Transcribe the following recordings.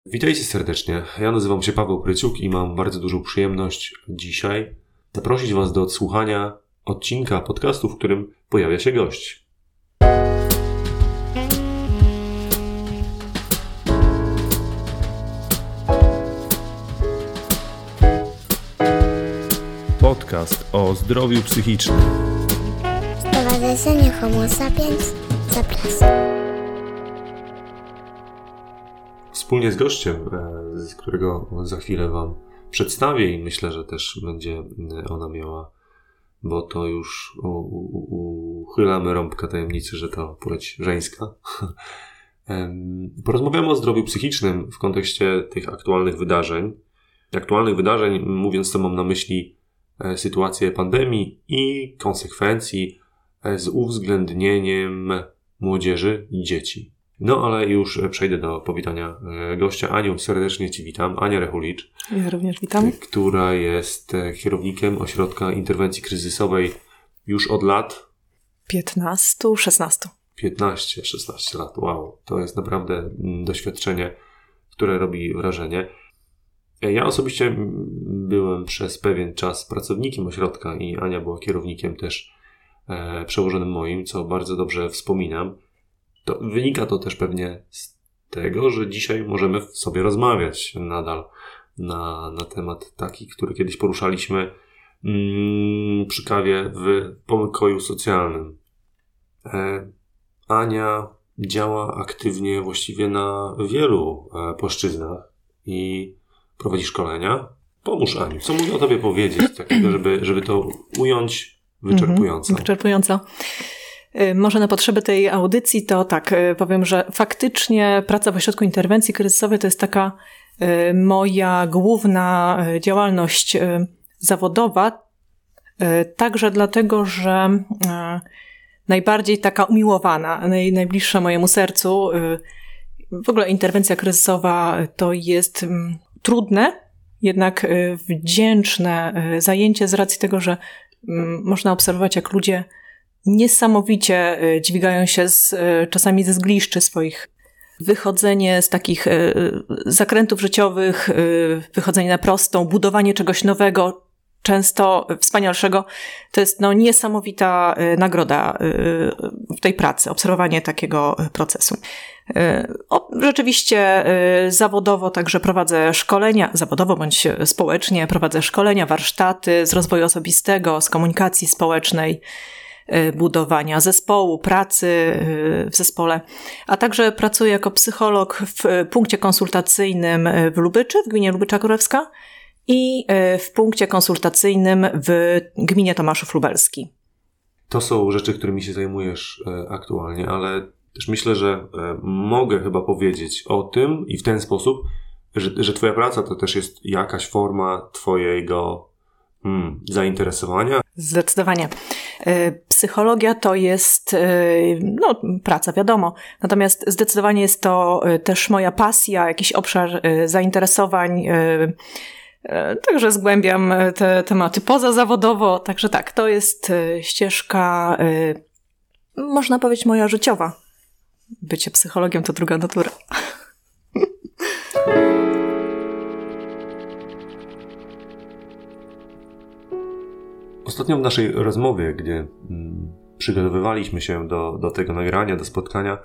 Witajcie serdecznie. Ja nazywam się Paweł Pryciuk i mam bardzo dużą przyjemność dzisiaj zaprosić Was do odsłuchania odcinka podcastu, w którym pojawia się gość. Podcast o zdrowiu psychicznym. Stowarzyszenie Homo Sapiens zapraszam. Wspólnie z gościem, z którego za chwilę Wam przedstawię i myślę, że też będzie ona miała, bo to już uchylamy rąbka tajemnicy, że to płeć żeńska. Porozmawiamy o zdrowiu psychicznym w kontekście tych aktualnych wydarzeń. Mówiąc to, mam na myśli sytuację pandemii i konsekwencji z uwzględnieniem młodzieży i dzieci. No ale już przejdę do powitania gościa. Aniu, serdecznie Ci witam. Ania Rechulicz. Ja również witam. Która jest kierownikiem Ośrodka Interwencji Kryzysowej już od lat 15-16 lat. Wow, to jest naprawdę doświadczenie, które robi wrażenie. Ja osobiście byłem przez pewien czas pracownikiem ośrodka i Ania była kierownikiem też przełożonym moim, co bardzo dobrze wspominam. Wynika to też pewnie z tego, że dzisiaj możemy sobie rozmawiać nadal na temat taki, który kiedyś poruszaliśmy przy kawie w pokoju socjalnym. Ania działa aktywnie właściwie na wielu płaszczyznach i prowadzi szkolenia. Pomóż Aniu, co mogę o Tobie powiedzieć takiego, żeby to ująć wyczerpująco? Wyczerpująco. Może na potrzeby tej audycji to tak, powiem, że faktycznie praca w Ośrodku Interwencji Kryzysowej to jest taka moja główna działalność zawodowa, także dlatego, że najbardziej taka umiłowana, najbliższa mojemu sercu. W ogóle interwencja kryzysowa to jest trudne, jednak wdzięczne zajęcie z racji tego, że można obserwować, jak ludzie niesamowicie dźwigają się czasami ze zgliszczy swoich. Wychodzenie z takich zakrętów życiowych, wychodzenie na prostą, budowanie czegoś nowego, często wspanialszego, to jest niesamowita nagroda w tej pracy, obserwowanie takiego procesu. Rzeczywiście zawodowo także prowadzę szkolenia, zawodowo bądź społecznie prowadzę szkolenia, warsztaty z rozwoju osobistego, z komunikacji społecznej, budowania zespołu, pracy w zespole, a także pracuję jako psycholog w punkcie konsultacyjnym w Lubyczy, w gminie Lubycza Królewska i w punkcie konsultacyjnym w gminie Tomaszów Lubelski. To są rzeczy, którymi się zajmujesz aktualnie, ale też myślę, że mogę chyba powiedzieć o tym i w ten sposób, że Twoja praca to też jest jakaś forma Twojego zainteresowania. Zainteresowania. Psychologia to jest praca, wiadomo. Natomiast zdecydowanie jest to też moja pasja, jakiś obszar zainteresowań. Także zgłębiam te tematy pozazawodowo. Także tak, to jest ścieżka, można powiedzieć, moja życiowa. Bycie psychologiem to druga natura. Ostatnio w naszej rozmowie, gdzie przygotowywaliśmy się do tego nagrania, do spotkania,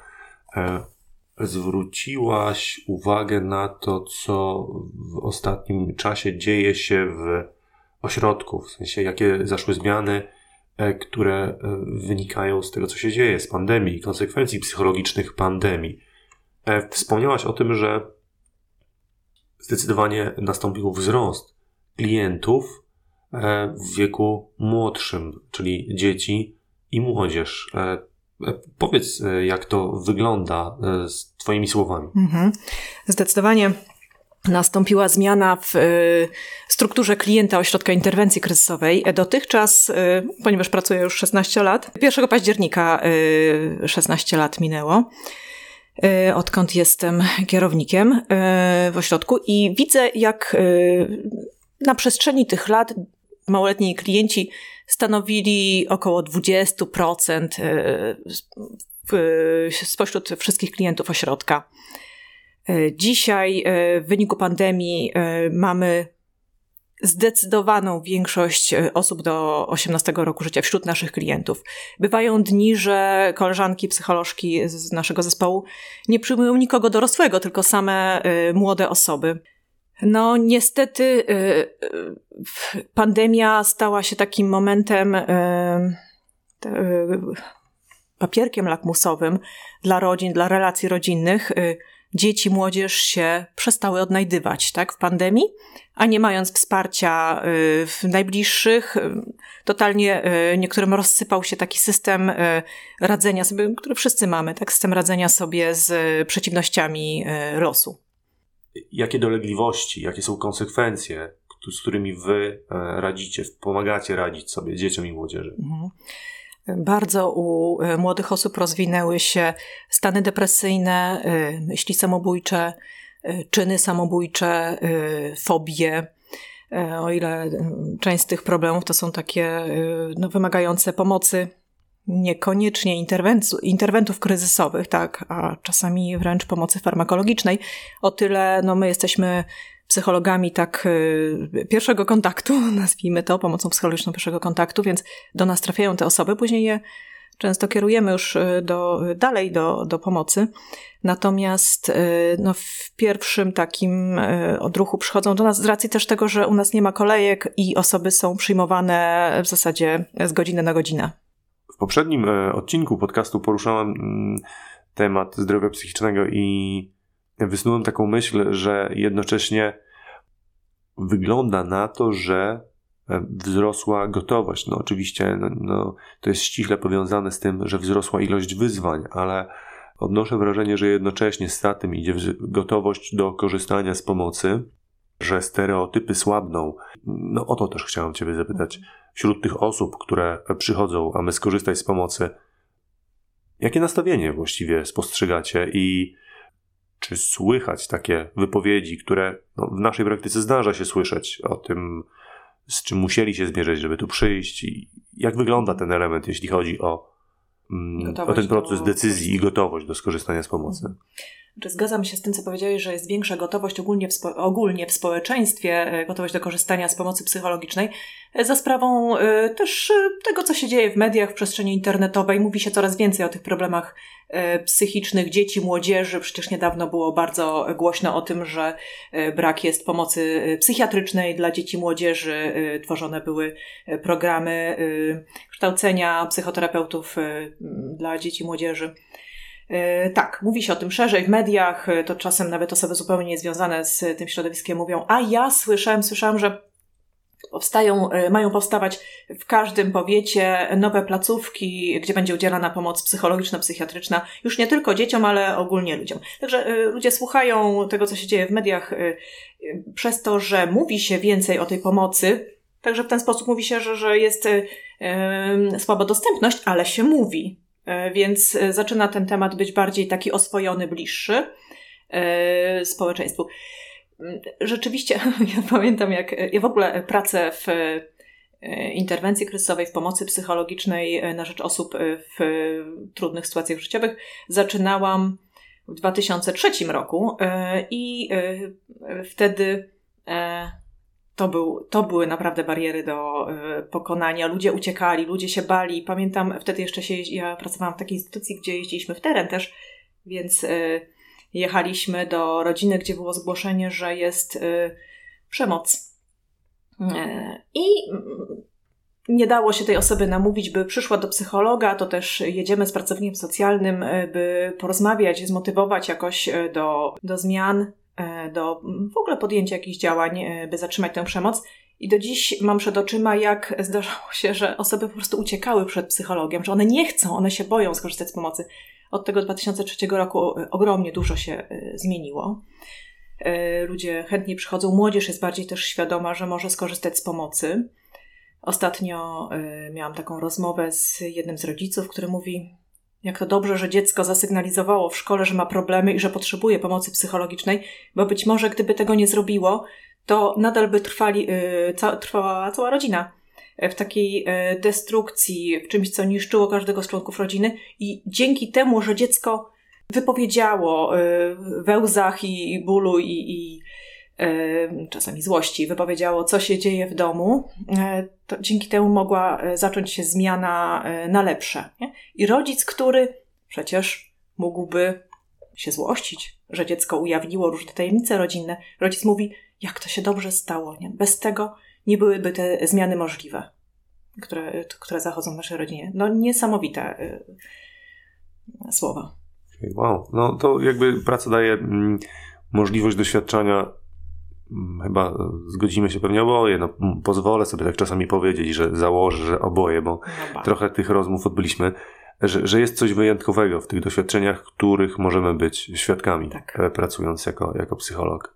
zwróciłaś uwagę na to, co w ostatnim czasie dzieje się w ośrodku, w sensie jakie zaszły zmiany, które wynikają z tego, co się dzieje, z pandemii, konsekwencji psychologicznych pandemii. Wspomniałaś o tym, że zdecydowanie nastąpił wzrost klientów w wieku młodszym, czyli dzieci i młodzież. Powiedz, jak to wygląda z Twoimi słowami. Zdecydowanie nastąpiła zmiana w strukturze klienta Ośrodka Interwencji Kryzysowej. Dotychczas, ponieważ pracuję już 16 lat, 1 października 16 lat minęło, odkąd jestem kierownikiem w ośrodku i widzę, jak na przestrzeni tych lat małoletni klienci stanowili około 20% spośród wszystkich klientów ośrodka. Dzisiaj w wyniku pandemii mamy zdecydowaną większość osób do 18 roku życia wśród naszych klientów. Bywają dni, że koleżanki, psycholożki z naszego zespołu nie przyjmują nikogo dorosłego, tylko same młode osoby. No niestety pandemia stała się takim momentem, papierkiem lakmusowym dla rodzin, dla relacji rodzinnych. Dzieci, młodzież się przestały odnajdywać, tak, w pandemii, a nie mając wsparcia najbliższych, totalnie niektórym rozsypał się taki system radzenia sobie, który wszyscy mamy, tak, system radzenia sobie z przeciwnościami losu. Jakie dolegliwości, jakie są konsekwencje, z którymi wy radzicie, pomagacie radzić sobie dzieciom i młodzieży? Bardzo u młodych osób rozwinęły się stany depresyjne, myśli samobójcze, czyny samobójcze, fobie. O ile część z tych problemów to są takie wymagające pomocy, niekoniecznie interwentów kryzysowych, tak, a czasami wręcz pomocy farmakologicznej, o tyle my jesteśmy psychologami tak pierwszego kontaktu, nazwijmy to, pomocą psychologiczną pierwszego kontaktu, więc do nas trafiają te osoby, później je często kierujemy już dalej do pomocy. Natomiast w pierwszym takim odruchu przychodzą do nas z racji też tego, że u nas nie ma kolejek i osoby są przyjmowane w zasadzie z godziny na godzinę. W poprzednim odcinku podcastu poruszałem temat zdrowia psychicznego i wysnułem taką myśl, że jednocześnie wygląda na to, że wzrosła gotowość. Oczywiście to jest ściśle powiązane z tym, że wzrosła ilość wyzwań, ale odnoszę wrażenie, że jednocześnie z tym idzie gotowość do korzystania z pomocy, że stereotypy słabną. O to też chciałem Ciebie zapytać. Wśród tych osób, które przychodzą, aby skorzystać z pomocy, jakie nastawienie właściwie spostrzegacie i czy słychać takie wypowiedzi, które w naszej praktyce zdarza się słyszeć o tym, z czym musieli się zmierzyć, żeby tu przyjść i jak wygląda ten element, jeśli chodzi o ten proces decyzji i gotowość do skorzystania z pomocy? Zgadzam się z tym, co powiedziałeś, że jest większa gotowość ogólnie w społeczeństwie, gotowość do korzystania z pomocy psychologicznej, za sprawą też tego, co się dzieje w mediach, w przestrzeni internetowej. Mówi się coraz więcej o tych problemach psychicznych dzieci, młodzieży. Przecież niedawno było bardzo głośno o tym, że brak jest pomocy psychiatrycznej dla dzieci, młodzieży. Tworzone były programy kształcenia psychoterapeutów dla dzieci, młodzieży. Tak, mówi się o tym szerzej w mediach, to czasem nawet osoby zupełnie niezwiązane z tym środowiskiem mówią, a ja słyszałam, że mają powstawać w każdym powiecie nowe placówki, gdzie będzie udzielana pomoc psychologiczno-psychiatryczna, już nie tylko dzieciom, ale ogólnie ludziom. Także ludzie słuchają tego, co się dzieje w mediach, przez to, że mówi się więcej o tej pomocy, także w ten sposób mówi się, że jest słaba dostępność, ale się mówi. Więc zaczyna ten temat być bardziej taki oswojony, bliższy społeczeństwu. Rzeczywiście, ja pamiętam, jak ja w ogóle pracę w interwencji kryzysowej, w pomocy psychologicznej na rzecz osób w trudnych sytuacjach życiowych zaczynałam w 2003 roku i wtedy to były naprawdę bariery do pokonania. Ludzie uciekali, ludzie się bali. Pamiętam, wtedy jeszcze ja pracowałam w takiej instytucji, gdzie jeździliśmy w teren też, więc jechaliśmy do rodziny, gdzie było zgłoszenie, że jest przemoc. I nie dało się tej osoby namówić, by przyszła do psychologa, to też jedziemy z pracownikiem socjalnym, by porozmawiać, zmotywować jakoś do zmian, do w ogóle podjęcia jakichś działań, by zatrzymać tę przemoc. I do dziś mam przed oczyma, jak zdarzało się, że osoby po prostu uciekały przed psychologiem, że one nie chcą, one się boją skorzystać z pomocy. Od tego 2003 roku ogromnie dużo się zmieniło. Ludzie chętniej przychodzą, młodzież jest bardziej też świadoma, że może skorzystać z pomocy. Ostatnio miałam taką rozmowę z jednym z rodziców, który mówi, jak to dobrze, że dziecko zasygnalizowało w szkole, że ma problemy i że potrzebuje pomocy psychologicznej, bo być może gdyby tego nie zrobiło, to nadal by trwała cała rodzina w takiej destrukcji, w czymś, co niszczyło każdego z członków rodziny i dzięki temu, że dziecko wypowiedziało we łzach i bólu i czasami złości, wypowiedziało, co się dzieje w domu, to dzięki temu mogła zacząć się zmiana na lepsze. Nie? I rodzic, który przecież mógłby się złościć, że dziecko ujawniło różne tajemnice rodzinne, rodzic mówi, jak to się dobrze stało. Nie? Bez tego nie byłyby te zmiany możliwe, które zachodzą w naszej rodzinie. No niesamowite słowa. Wow, no to jakby praca daje możliwość doświadczania, chyba zgodzimy się pewnie oboje, no pozwolę sobie tak czasami powiedzieć, że założę, że oboje, bo trochę tych rozmów odbyliśmy, że jest coś wyjątkowego w tych doświadczeniach, których możemy być świadkami, pracując jako psycholog.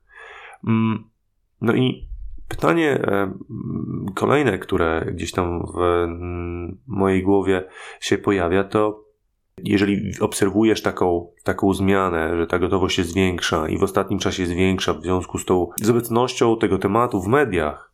No i pytanie kolejne, które gdzieś tam w mojej głowie się pojawia, to jeżeli obserwujesz taką zmianę, że ta gotowość się zwiększa i w ostatnim czasie zwiększa w związku z obecnością tego tematu w mediach,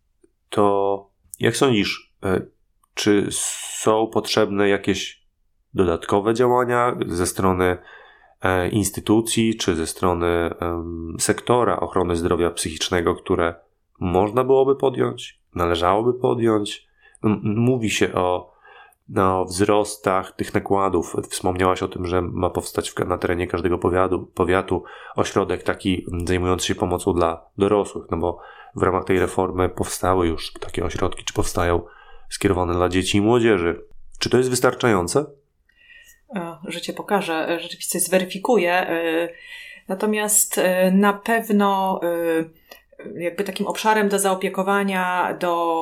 to jak sądzisz, czy są potrzebne jakieś dodatkowe działania ze strony instytucji, czy ze strony sektora ochrony zdrowia psychicznego, które można byłoby podjąć, należałoby podjąć? Mówi się o wzrostach tych nakładów. Wspomniałaś o tym, że ma powstać na terenie każdego powiatu ośrodek taki zajmujący się pomocą dla dorosłych, no bo w ramach tej reformy powstały już takie ośrodki, czy powstają skierowane dla dzieci i młodzieży. Czy to jest wystarczające? Życie pokaże, rzeczywistość zweryfikuje. Natomiast na pewno jakby takim obszarem do zaopiekowania,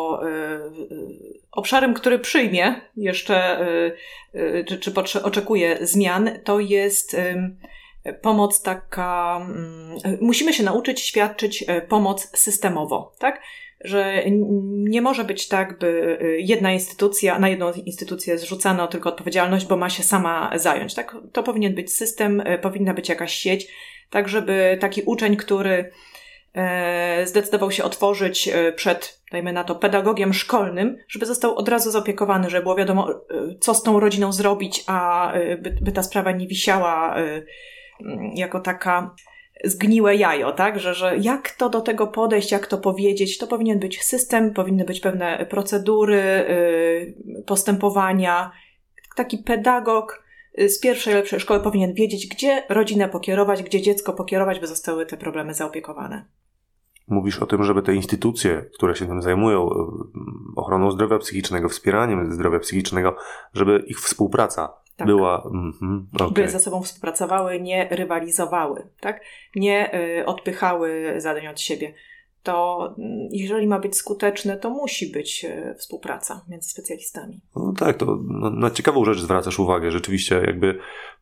obszarem, który przyjmie jeszcze, czy oczekuje zmian, to jest pomoc taka, musimy się nauczyć świadczyć pomoc systemowo, tak? Że nie może być tak, by na jedną instytucję zrzucano tylko odpowiedzialność, bo ma się sama zająć, tak? To powinien być system, powinna być jakaś sieć, tak żeby taki uczeń, który zdecydował się otworzyć przed, dajmy na to, pedagogiem szkolnym, żeby został od razu zaopiekowany, żeby było wiadomo, co z tą rodziną zrobić, a by ta sprawa nie wisiała jako taka zgniłe jajo, tak? Że jak to do tego podejść, jak to powiedzieć, to powinien być system, powinny być pewne procedury, postępowania. Taki pedagog z pierwszej, lepszej szkoły powinien wiedzieć, gdzie rodzinę pokierować, gdzie dziecko pokierować, by zostały te problemy zaopiekowane. Mówisz o tym, żeby te instytucje, które się tym zajmują, ochroną zdrowia psychicznego, wspieraniem zdrowia psychicznego, żeby ich współpraca była... By ze sobą współpracowały, nie rywalizowały, tak? Nie odpychały zadań od siebie. To jeżeli ma być skuteczne, to musi być współpraca między specjalistami. No tak, to na ciekawą rzecz zwracasz uwagę. Rzeczywiście jakby,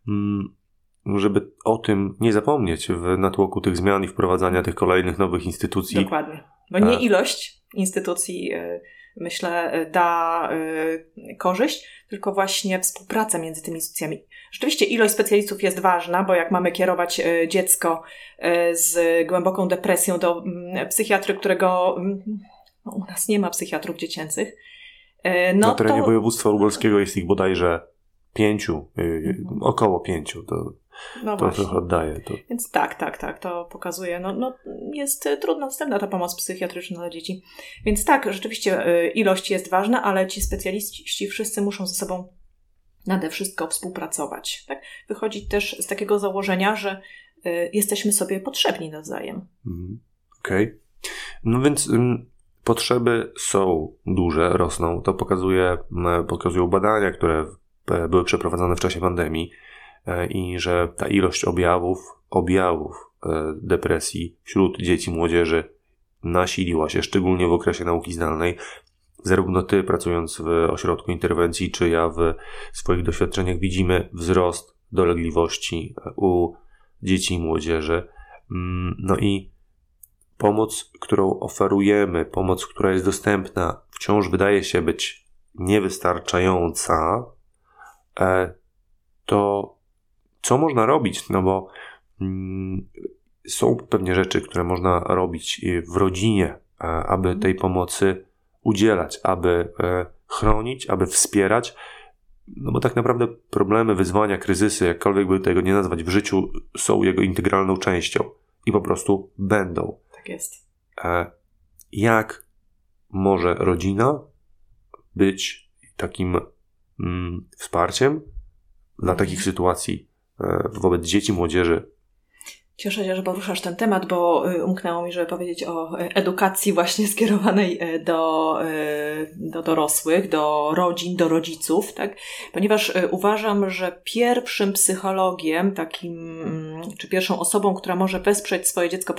żeby o tym nie zapomnieć w natłoku tych zmian i wprowadzania tych kolejnych nowych instytucji. Dokładnie. Bo nie ilość instytucji, myślę, da korzyść, tylko właśnie współpraca między tymi instytucjami. Rzeczywiście ilość specjalistów jest ważna, bo jak mamy kierować dziecko z głęboką depresją do psychiatry, którego u nas nie ma psychiatrów dziecięcych. Na terenie województwa lubelskiego jest ich bodajże 5, około 5. To trochę oddaje. To. Więc tak, to pokazuje. Jest trudno dostępna ta pomoc psychiatryczna dla dzieci. Więc tak, rzeczywiście ilość jest ważna, ale ci specjaliści wszyscy muszą ze sobą nade wszystko współpracować. Tak? Wychodzi też z takiego założenia, że jesteśmy sobie potrzebni nawzajem. Okej. No więc potrzeby są duże, rosną. To pokazują badania, które były przeprowadzone w czasie pandemii i że ta ilość objawów depresji wśród dzieci i młodzieży nasiliła się, szczególnie w okresie nauki zdalnej. Zarówno ty, pracując w ośrodku interwencji, czy ja w swoich doświadczeniach widzimy wzrost dolegliwości u dzieci i młodzieży. No i pomoc, którą oferujemy, pomoc, która jest dostępna, wciąż wydaje się być niewystarczająca. To co można robić? No bo są pewnie rzeczy, które można robić w rodzinie, aby tej pomocy udzielać, aby chronić, aby wspierać, No bo tak naprawdę problemy, wyzwania, kryzysy, jakkolwiek by tego nie nazwać, w życiu są jego integralną częścią i po prostu będą. Tak jest. Jak może rodzina być takim wsparciem dla takich sytuacji wobec dzieci, młodzieży? Cieszę się, że poruszasz ten temat, bo umknęło mi, żeby powiedzieć o edukacji właśnie skierowanej do dorosłych, do rodzin, do rodziców, tak? Ponieważ uważam, że pierwszym psychologiem takim, czy pierwszą osobą, która może wesprzeć swoje dziecko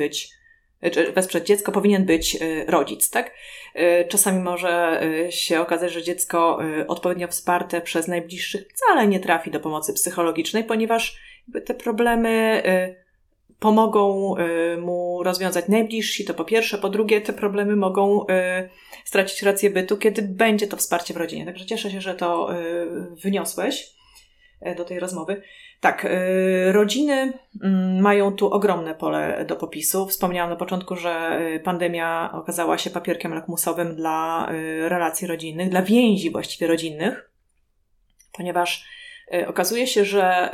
powinien być rodzic, tak? Czasami może się okazać, że dziecko odpowiednio wsparte przez najbliższych wcale nie trafi do pomocy psychologicznej, ponieważ te problemy pomogą mu rozwiązać najbliżsi, to po pierwsze. Po drugie, te problemy mogą stracić rację bytu, kiedy będzie to wsparcie w rodzinie. Także cieszę się, że to wyniosłeś do tej rozmowy. Tak, rodziny mają tu ogromne pole do popisu. Wspomniałam na początku, że pandemia okazała się papierkiem lakmusowym dla relacji rodzinnych, dla więzi właściwie rodzinnych, ponieważ okazuje się, że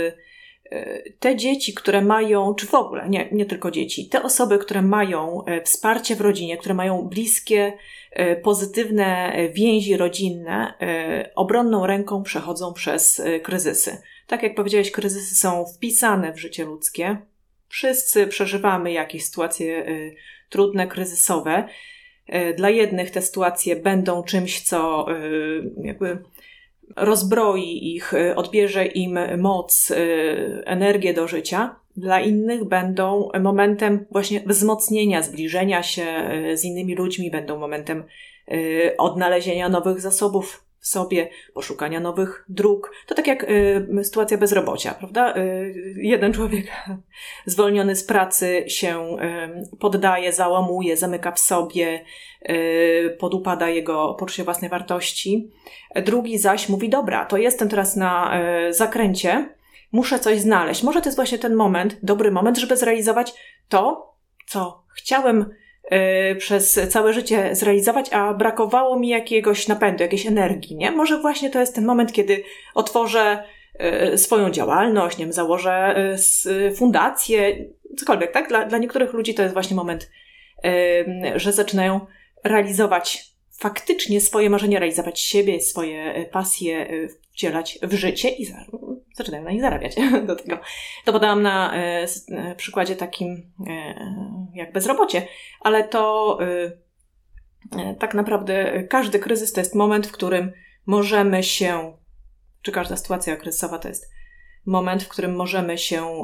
te dzieci, które mają, czy w ogóle, nie tylko dzieci, te osoby, które mają wsparcie w rodzinie, które mają bliskie, pozytywne więzi rodzinne, obronną ręką przechodzą przez kryzysy. Tak jak powiedziałeś, kryzysy są wpisane w życie ludzkie. Wszyscy przeżywamy jakieś sytuacje trudne, kryzysowe. Dla jednych te sytuacje będą czymś, co jakby rozbroi ich, odbierze im moc, energię do życia. Dla innych będą momentem właśnie wzmocnienia, zbliżenia się z innymi ludźmi, będą momentem odnalezienia nowych zasobów w sobie, poszukania nowych dróg. To tak jak sytuacja bezrobocia, prawda? Jeden człowiek zwolniony z pracy się poddaje, załamuje, zamyka w sobie, podupada jego poczucie własnej wartości. Drugi zaś mówi, dobra, to jestem teraz na zakręcie, muszę coś znaleźć. Może to jest właśnie ten moment, dobry moment, żeby zrealizować to, co chciałem przez całe życie zrealizować, a brakowało mi jakiegoś napędu, jakiejś energii, nie? Może właśnie to jest ten moment, kiedy otworzę swoją działalność, nie wiem, założę fundację, cokolwiek, tak? Dla niektórych ludzi to jest właśnie moment, że zaczynają realizować faktycznie swoje marzenia, realizować siebie, swoje pasje, wcielać w życie i zaczynają na nich zarabiać. Do tego. To podałam na przykładzie takim jak bezrobocie, ale to tak naprawdę każdy kryzys to jest moment, w którym możemy się, czy każda sytuacja kryzysowa to jest moment, w którym możemy się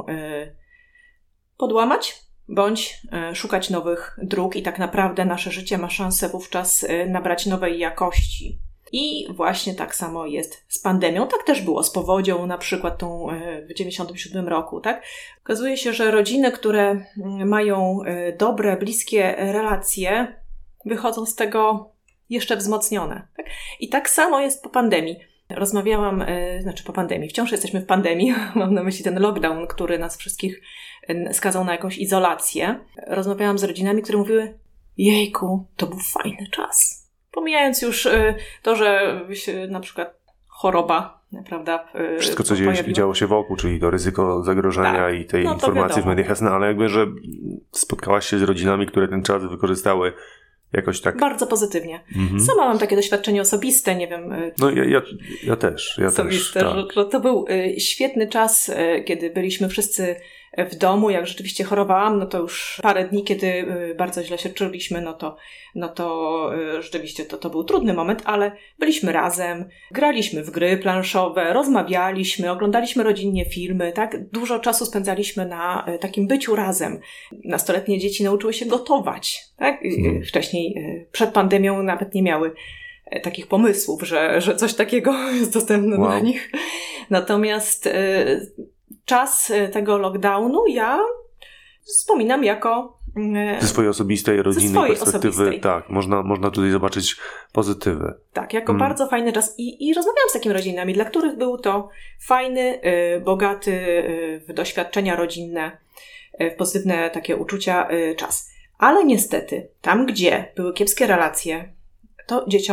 podłamać, bądź szukać nowych dróg i tak naprawdę nasze życie ma szansę wówczas nabrać nowej jakości. I właśnie tak samo jest z pandemią. Tak też było z powodzią, na przykład tą w 1997 roku, tak? Okazuje się, że rodziny, które mają dobre, bliskie relacje, wychodzą z tego jeszcze wzmocnione. Tak? I tak samo jest po pandemii. Rozmawiałam, po pandemii, wciąż jesteśmy w pandemii, mam na myśli ten lockdown, który nas wszystkich skazał na jakąś izolację. Rozmawiałam z rodzinami, które mówiły, jejku, to był fajny czas. Pomijając już to, że na przykład choroba, prawda? Wszystko, co działo się wokół, czyli to ryzyko zagrożenia tak. I tej informacji w mediach, jasne, ale jakby, że spotkałaś się z rodzinami, które ten czas wykorzystały jakoś tak. Bardzo pozytywnie. Sama mam takie doświadczenie osobiste, nie wiem. No ja też. Osobiste, tak. że to był świetny czas, kiedy byliśmy wszyscy w domu. Jak rzeczywiście chorowałam, no to już parę dni, kiedy bardzo źle się czuliśmy, no to rzeczywiście to był trudny moment, ale byliśmy razem, graliśmy w gry planszowe, rozmawialiśmy, oglądaliśmy rodzinnie filmy, tak? Dużo czasu spędzaliśmy na takim byciu razem. Nastoletnie dzieci nauczyły się gotować, tak? Wcześniej, przed pandemią nawet nie miały takich pomysłów, że coś takiego jest dostępne dla nich. Natomiast czas tego lockdownu ja wspominam jako ze swojej osobistej, rodzinnej perspektywy. Tak, można tutaj zobaczyć pozytywy. Tak, jako bardzo fajny czas. I rozmawiałam z takimi rodzinami, dla których był to fajny, bogaty w doświadczenia rodzinne, w pozytywne takie uczucia czas. Ale niestety, tam gdzie były kiepskie relacje, to dzieciom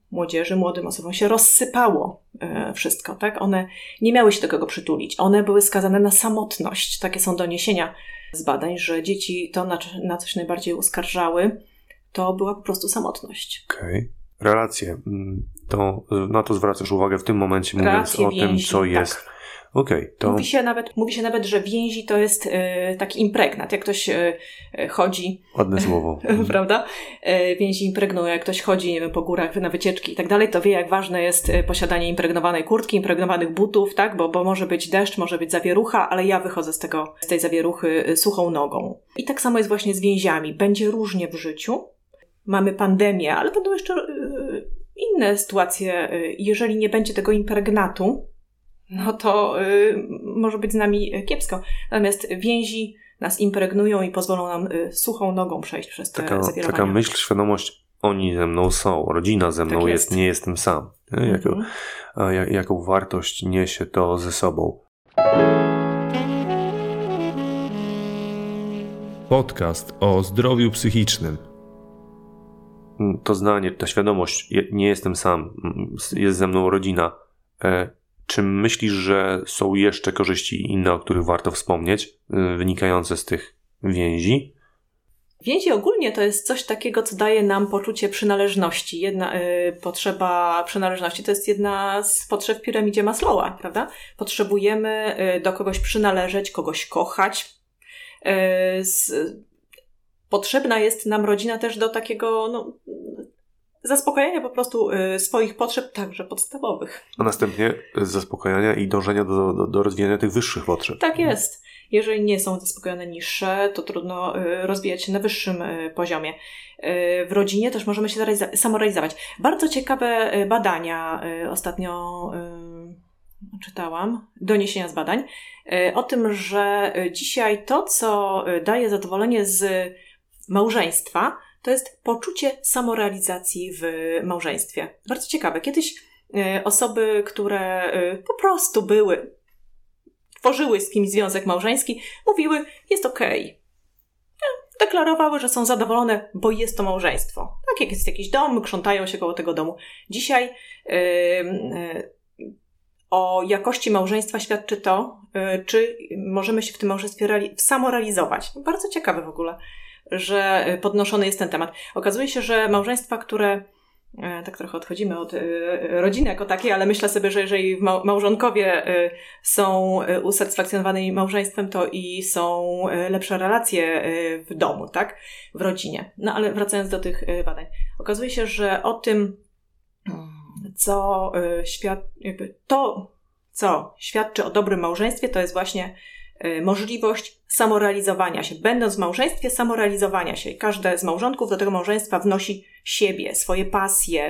młodzieży, młodym osobom się rozsypało wszystko, tak? One nie miały się do kogo przytulić. One były skazane na samotność. Takie są doniesienia z badań, że dzieci to, na coś najbardziej uskarżały, to była po prostu samotność. Okej. Relacje. Na to zwracasz uwagę w tym momencie, mówiąc Relacje, o więzi, tym, co jest. Tak. Okej, to... Mówi się nawet, że więzi to jest taki impregnat. Jak ktoś chodzi... Ładne słowo. Prawda? Więzi impregnują. Jak ktoś chodzi, nie wiem, po górach na wycieczki i tak dalej, to wie, jak ważne jest posiadanie impregnowanej kurtki, impregnowanych butów, tak? Bo może być deszcz, może być zawierucha, ale ja wychodzę z tej zawieruchy suchą nogą. I tak samo jest właśnie z więziami. Będzie różnie w życiu. Mamy pandemię, ale będą jeszcze inne sytuacje. Jeżeli nie będzie tego impregnatu, no to może być z nami kiepsko. Natomiast więzi nas impregnują i pozwolą nam suchą nogą przejść przez te zawierowania. Taka myśl, świadomość, oni ze mną są, rodzina ze mną jest, nie jestem sam. Jaką wartość niesie to ze sobą. Podcast o zdrowiu psychicznym. To zdanie, ta świadomość, nie jestem sam, jest ze mną rodzina. Czy myślisz, że są jeszcze korzyści inne, o których warto wspomnieć, wynikające z tych więzi? Więzi ogólnie to jest coś takiego, co daje nam poczucie przynależności. Potrzeba przynależności to jest jedna z potrzeb w piramidzie Maslowa, prawda? Potrzebujemy do kogoś przynależeć, kogoś kochać. Potrzebna jest nam rodzina też do takiego zaspokajania po prostu swoich potrzeb, także podstawowych. A następnie zaspokajania i dążenia do rozwijania tych wyższych potrzeb. Tak jest. Jeżeli nie są zaspokojone niższe, to trudno rozwijać się na wyższym poziomie. W rodzinie też możemy się samorealizować. Bardzo ciekawe badania ostatnio czytałam, doniesienia z badań, o tym, że dzisiaj to, co daje zadowolenie z małżeństwa, to jest poczucie samorealizacji w małżeństwie. Bardzo ciekawe. Kiedyś osoby, które po prostu tworzyły z kimś związek małżeński, mówiły, jest okej. Deklarowały, że są zadowolone, bo jest to małżeństwo. Tak jak jest jakiś dom, krzątają się koło tego domu. Dzisiaj o jakości małżeństwa świadczy to, czy możemy się w tym małżeństwie samorealizować. Bardzo ciekawe w ogóle, że podnoszony jest ten temat. Okazuje się, że małżeństwa, które, tak trochę odchodzimy od rodziny jako takiej, ale myślę sobie, że jeżeli małżonkowie są usatysfakcjonowanymi małżeństwem, to i są lepsze relacje w domu, tak? W rodzinie. No ale wracając do tych badań. Okazuje się, że o tym, co świadczy o dobrym małżeństwie, to jest właśnie możliwość samorealizowania się. Będąc w małżeństwie, samorealizowania się. Każde z małżonków do tego małżeństwa wnosi siebie, swoje pasje,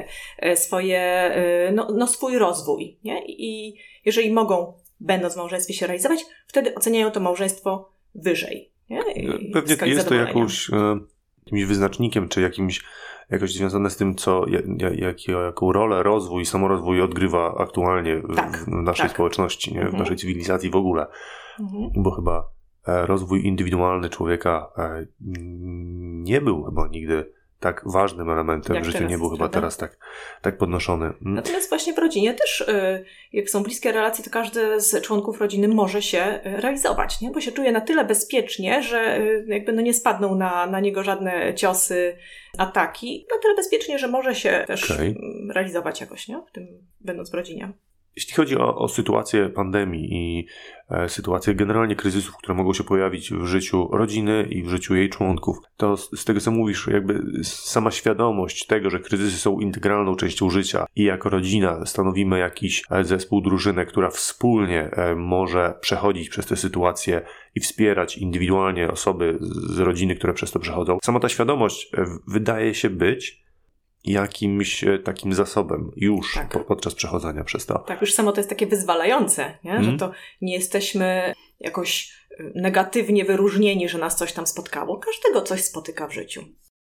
swój rozwój. Nie? I jeżeli mogą, będąc w małżeństwie, się realizować, wtedy oceniają to małżeństwo wyżej. Nie? Pewnie jest to jakimś wyznacznikiem, czy jakoś związane z tym, jaką rolę rozwój, samorozwój odgrywa aktualnie w naszej społeczności, nie? W naszej cywilizacji w ogóle. Bo chyba rozwój indywidualny człowieka nie był chyba nigdy tak ważnym elementem w życiu, nie był chyba teraz tak podnoszony. Natomiast właśnie w rodzinie też, jak są bliskie relacje, to każdy z członków rodziny może się realizować, nie? Bo się czuje na tyle bezpiecznie, że jakby nie spadną na niego żadne ciosy, ataki. Na tyle bezpiecznie, że może się też realizować jakoś, nie? W tym, będąc w rodzinie. Jeśli chodzi o sytuację pandemii i sytuację generalnie kryzysów, które mogą się pojawić w życiu rodziny i w życiu jej członków, to z tego, co mówisz, jakby sama świadomość tego, że kryzysy są integralną częścią życia i jako rodzina stanowimy jakiś zespół, drużynę, która wspólnie może przechodzić przez te sytuacje i wspierać indywidualnie osoby z rodziny, które przez to przechodzą. Sama ta świadomość wydaje się być jakimś takim zasobem już podczas przechodzenia przez to. Tak, już samo to jest takie wyzwalające, nie? Że to nie jesteśmy jakoś negatywnie wyróżnieni, że nas coś tam spotkało. Każdego coś spotyka w życiu.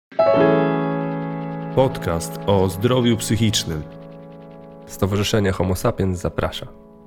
Podcast o zdrowiu psychicznym. Stowarzyszenie Homo Sapiens zaprasza.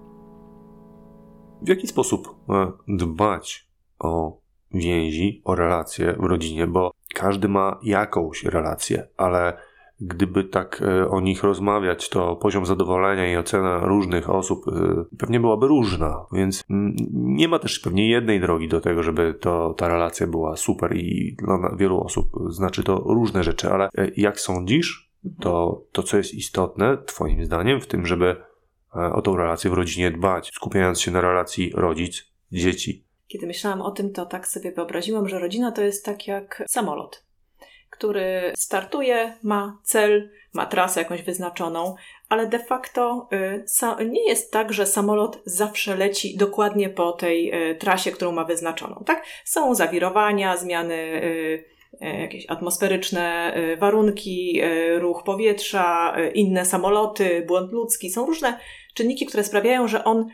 W jaki sposób dbać o więzi, o relacje w rodzinie? Bo każdy ma jakąś relację, ale gdyby tak o nich rozmawiać, to poziom zadowolenia i ocena różnych osób pewnie byłaby różna, więc nie ma też pewnie jednej drogi do tego, żeby ta relacja była super i dla wielu osób znaczy to różne rzeczy, ale jak sądzisz, to co jest istotne twoim zdaniem w tym, żeby o tą relację w rodzinie dbać, skupiając się na relacji rodzic-dzieci? Kiedy myślałam o tym, to tak sobie wyobraziłam, że rodzina to jest tak jak samolot, który startuje, ma cel, ma trasę jakąś wyznaczoną, ale de facto nie jest tak, że samolot zawsze leci dokładnie po tej trasie, którą ma wyznaczoną. Tak? Są zawirowania, zmiany jakieś atmosferyczne warunki, ruch powietrza, inne samoloty, błąd ludzki. Są różne czynniki, które sprawiają, że on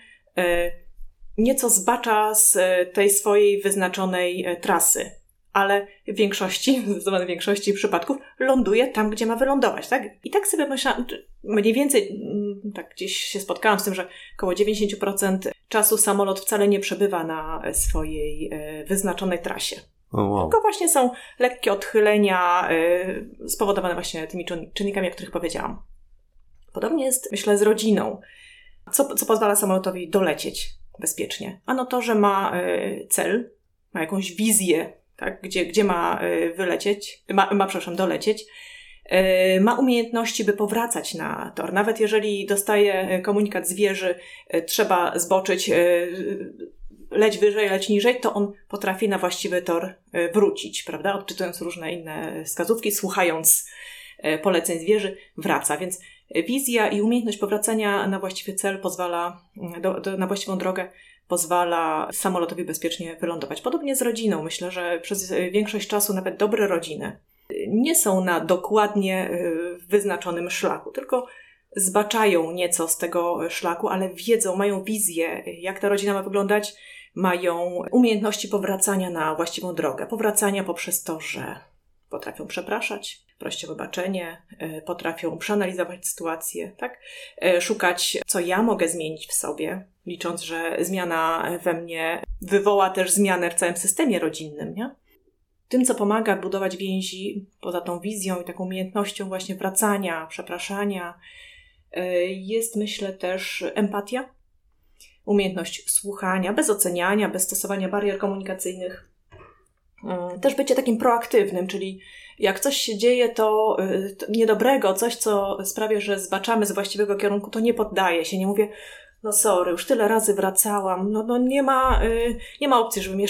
nieco zbacza z tej swojej wyznaczonej trasy. Ale w większości, zdecydowanej większości przypadków ląduje tam, gdzie ma wylądować, tak? I tak sobie myślałam, mniej więcej, tak gdzieś się spotkałam z tym, że około 90% czasu samolot wcale nie przebywa na swojej wyznaczonej trasie. Tylko właśnie są lekkie odchylenia spowodowane właśnie tymi czynnikami, o których powiedziałam. Podobnie jest, myślę, z rodziną. Co pozwala samolotowi dolecieć bezpiecznie? Ano to, że ma cel, ma jakąś wizję, tak, gdzie ma wylecieć, dolecieć, ma umiejętności, by powracać na tor. Nawet jeżeli dostaje komunikat z wieży, trzeba zboczyć, leć wyżej, leć niżej, to on potrafi na właściwy tor wrócić, prawda? Odczytując różne inne wskazówki, słuchając poleceń z wieży, wraca. Więc wizja i umiejętność powracania na właściwy cel pozwala, na właściwą drogę pozwala samolotowi bezpiecznie wylądować. Podobnie z rodziną. Myślę, że przez większość czasu nawet dobre rodziny nie są na dokładnie wyznaczonym szlaku, tylko zbaczają nieco z tego szlaku, ale wiedzą, mają wizję, jak ta rodzina ma wyglądać, mają umiejętności powracania na właściwą drogę. Powracania poprzez to, że potrafią przepraszać, prosić o wybaczenie, potrafią przeanalizować sytuację, tak? Szukać, co ja mogę zmienić w sobie, licząc, że zmiana we mnie wywoła też zmianę w całym systemie rodzinnym, nie? Tym, co pomaga budować więzi, poza tą wizją i taką umiejętnością właśnie wracania, przepraszania, jest, myślę, też empatia, umiejętność słuchania, bez oceniania, bez stosowania barier komunikacyjnych. Też bycie takim proaktywnym, czyli jak coś się dzieje, to niedobrego, coś, co sprawia, że zbaczamy z właściwego kierunku, to nie poddaję się, nie mówię, no sorry, już tyle razy wracałam, no nie ma opcji, żebym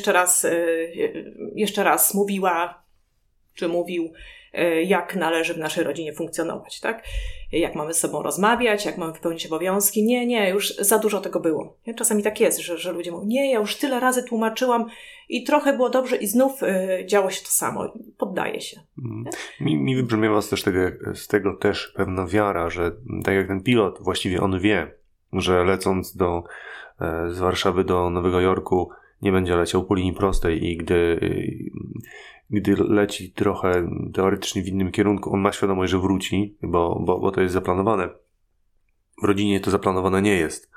jeszcze raz mówiła, czy mówił, jak należy w naszej rodzinie funkcjonować, tak? Jak mamy z sobą rozmawiać, jak mamy wypełnić obowiązki. Nie, już za dużo tego było. Czasami tak jest, że ludzie mówią, nie, ja już tyle razy tłumaczyłam i trochę było dobrze i znów działo się to samo. Poddaje się. Mi wybrzmiewa z tego też pewna wiara, że tak jak ten pilot, właściwie on wie, że lecąc z Warszawy do Nowego Jorku nie będzie leciał po linii prostej i gdy leci trochę teoretycznie w innym kierunku, on ma świadomość, że wróci, bo to jest zaplanowane. W rodzinie to zaplanowane nie jest.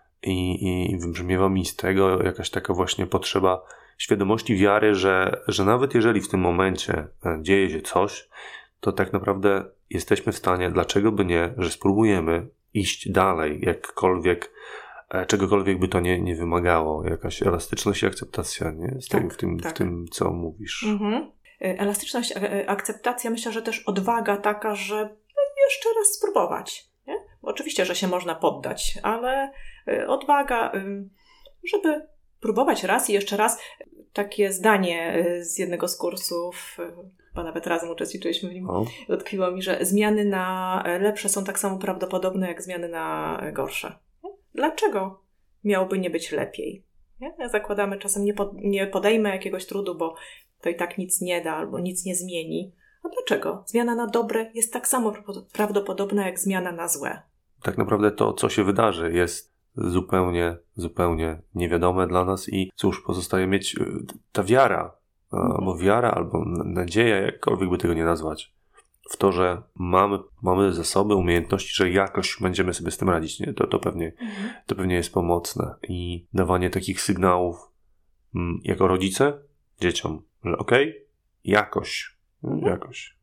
I wybrzmiewa mi z tego jakaś taka właśnie potrzeba świadomości, wiary, że nawet jeżeli w tym momencie dzieje się coś, to tak naprawdę jesteśmy w stanie, dlaczego by nie, że spróbujemy iść dalej, czegokolwiek by to nie wymagało. Jakaś elastyczność i akceptacja, nie? W tym, co mówisz. Mhm. Elastyczność, akceptacja, myślę, że też odwaga taka, że jeszcze raz spróbować. Nie? Oczywiście, że się można poddać, ale odwaga, żeby próbować raz i jeszcze raz. Takie zdanie z jednego z kursów, chyba nawet razem uczestniczyliśmy w nim, utkwiło mi, że zmiany na lepsze są tak samo prawdopodobne jak zmiany na gorsze. Dlaczego miałoby nie być lepiej? Nie? Zakładamy czasem, nie podejmę jakiegoś trudu, bo to i tak nic nie da albo nic nie zmieni. A dlaczego? Zmiana na dobre jest tak samo prawdopodobna jak zmiana na złe. Tak naprawdę to, co się wydarzy, jest zupełnie niewiadome dla nas i cóż, pozostaje mieć ta wiara, albo nadzieja, jakkolwiek by tego nie nazwać, w to, że mamy zasoby, umiejętności, że jakoś będziemy sobie z tym radzić. Nie? To pewnie jest pomocne. I dawanie takich sygnałów jako rodzice dzieciom, że jakoś.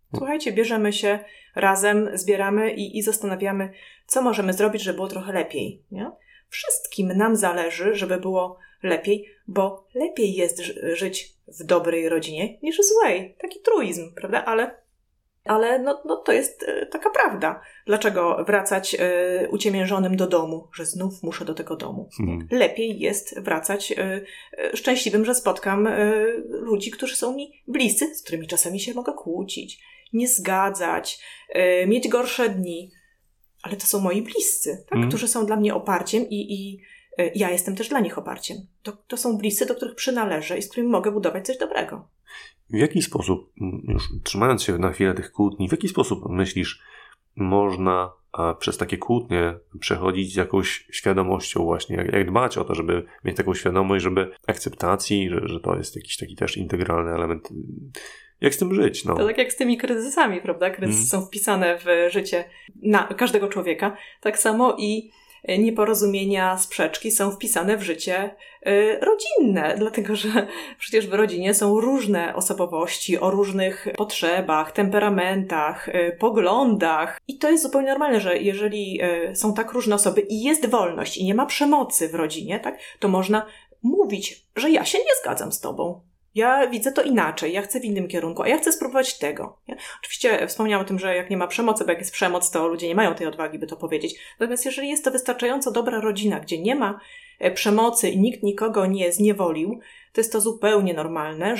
Słuchajcie, bierzemy się razem, zbieramy i zastanawiamy, co możemy zrobić, żeby było trochę lepiej. Nie? Wszystkim nam zależy, żeby było lepiej, bo lepiej jest żyć w dobrej rodzinie niż w złej. Taki truizm, prawda? Ale to jest taka prawda. Dlaczego wracać uciemiężonym do domu, że znów muszę do tego domu? Lepiej jest wracać szczęśliwym, że spotkam ludzi, którzy są mi bliscy, z którymi czasami się mogę kłócić, nie zgadzać, mieć gorsze dni. Ale to są moi bliscy, tak? Którzy są dla mnie oparciem i ja jestem też dla nich oparciem. To są bliscy, do których przynależę i z którymi mogę budować coś dobrego. W jaki sposób, już trzymając się na chwilę tych kłótni, w jaki sposób myślisz, można przez takie kłótnie przechodzić z jakąś świadomością właśnie, jak dbać o to, żeby mieć taką świadomość, żeby akceptacji, że to jest jakiś taki też integralny element. Jak z tym żyć? No. To tak jak z tymi kryzysami, prawda? Kryzysy są wpisane w życie każdego człowieka. Tak samo i nieporozumienia, sprzeczki są wpisane w życie rodzinne, dlatego że przecież w rodzinie są różne osobowości o różnych potrzebach, temperamentach, poglądach i to jest zupełnie normalne, że jeżeli są tak różne osoby i jest wolność i nie ma przemocy w rodzinie, tak, to można mówić, że ja się nie zgadzam z tobą. Ja widzę to inaczej, ja chcę w innym kierunku, a ja chcę spróbować tego. Nie? Oczywiście wspomniałam o tym, że jak nie ma przemocy, bo jak jest przemoc, to ludzie nie mają tej odwagi, by to powiedzieć. Natomiast jeżeli jest to wystarczająco dobra rodzina, gdzie nie ma przemocy i nikt nikogo nie zniewolił, to jest to zupełnie normalne,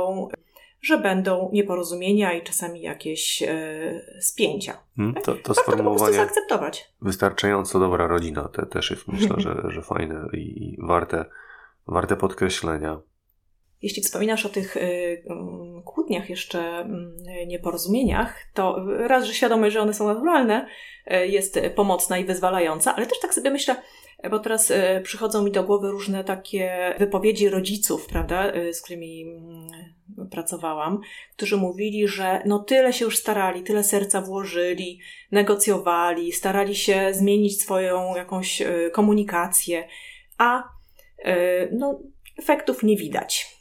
że będą nieporozumienia i czasami jakieś spięcia. To sformułowanie po prostu zaakceptować. Wystarczająco dobra rodzina, też jest myślę, że fajne i warte podkreślenia. Jeśli wspominasz o tych kłótniach, jeszcze nieporozumieniach, to raz, że świadomość, że one są naturalne, jest pomocna i wyzwalająca, ale też tak sobie myślę, bo teraz przychodzą mi do głowy różne takie wypowiedzi rodziców, prawda, z którymi pracowałam, którzy mówili, że no tyle się już starali, tyle serca włożyli, negocjowali, starali się zmienić swoją jakąś komunikację, a efektów nie widać.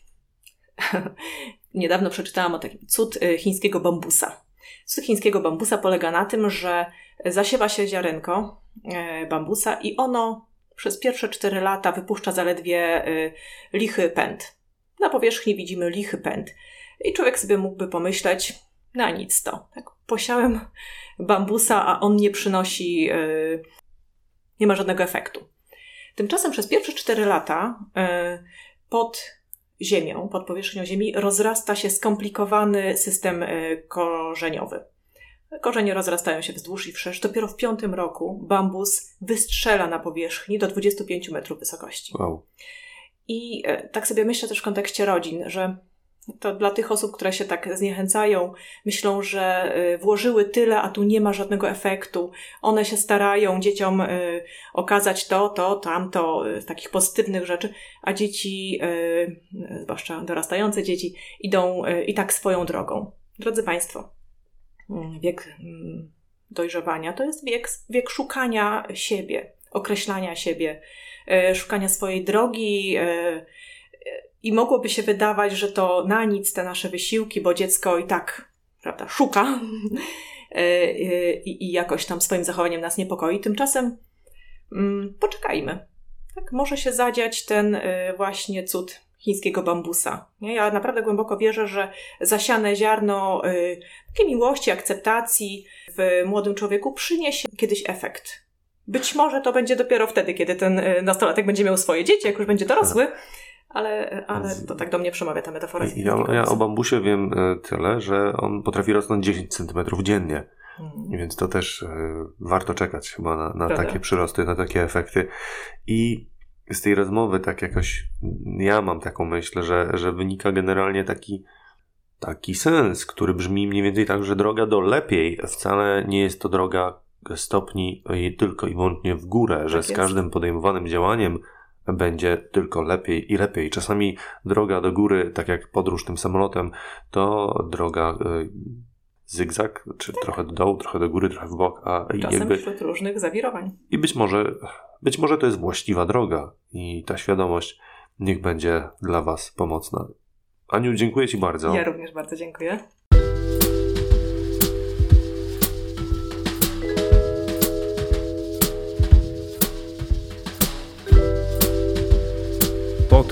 Niedawno przeczytałam o takim cud chińskiego bambusa. Cud chińskiego bambusa polega na tym, że zasiewa się ziarenko bambusa i ono przez pierwsze 4 lata wypuszcza zaledwie lichy pęd. Na powierzchni widzimy lichy pęd. I człowiek sobie mógłby pomyśleć, na nic to. Tak, posiałem bambusa, a on nie przynosi, nie ma żadnego efektu. Tymczasem przez pierwsze 4 lata pod ziemią, pod powierzchnią ziemi rozrasta się skomplikowany system korzeniowy. Korzenie rozrastają się wzdłuż i wszerz. Dopiero w 5. roku bambus wystrzela na powierzchni do 25 metrów wysokości. Wow. I tak sobie myślę też w kontekście rodzin, że to dla tych osób, które się tak zniechęcają, myślą, że włożyły tyle, a tu nie ma żadnego efektu. One się starają dzieciom okazać to, tamto, takich pozytywnych rzeczy, a dzieci, zwłaszcza dorastające dzieci, idą i tak swoją drogą. Drodzy Państwo, wiek dojrzewania to jest wiek szukania siebie, określania siebie, szukania swojej drogi, i mogłoby się wydawać, że to na nic te nasze wysiłki, bo dziecko i tak, prawda, szuka i jakoś tam swoim zachowaniem nas niepokoi. Tymczasem poczekajmy. Tak, może się zadziać ten właśnie cud chińskiego bambusa. Nie? Ja naprawdę głęboko wierzę, że zasiane ziarno takiej miłości, akceptacji w młodym człowieku przyniesie kiedyś efekt. Być może to będzie dopiero wtedy, kiedy ten nastolatek będzie miał swoje dzieci, jak już będzie dorosły, ale to tak do mnie przemawia ta metafora. Ja o bambusie wiem tyle, że on potrafi rosnąć 10 cm dziennie. Więc to też warto czekać chyba na takie przyrosty, na takie efekty. I z tej rozmowy tak jakoś ja mam taką myśl, że wynika generalnie taki sens, który brzmi mniej więcej tak, że droga do lepiej wcale nie jest to droga stopni tylko i wyłącznie w górę, że z każdym podejmowanym działaniem będzie tylko lepiej i lepiej. Czasami droga do góry, tak jak podróż tym samolotem, to droga zygzak, czy trochę do dołu, trochę do góry, trochę w bok. Czasem wśród różnych zawirowań. I być może to jest właściwa droga i ta świadomość niech będzie dla Was pomocna. Aniu, dziękuję Ci bardzo. Ja również bardzo dziękuję.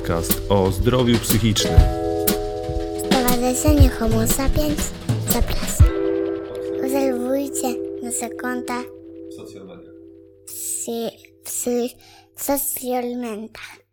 Podcast o zdrowiu psychicznym. Stowarzyszenie Homo Sapiens zaprasza. Obserwujcie nasze konta w social mediach.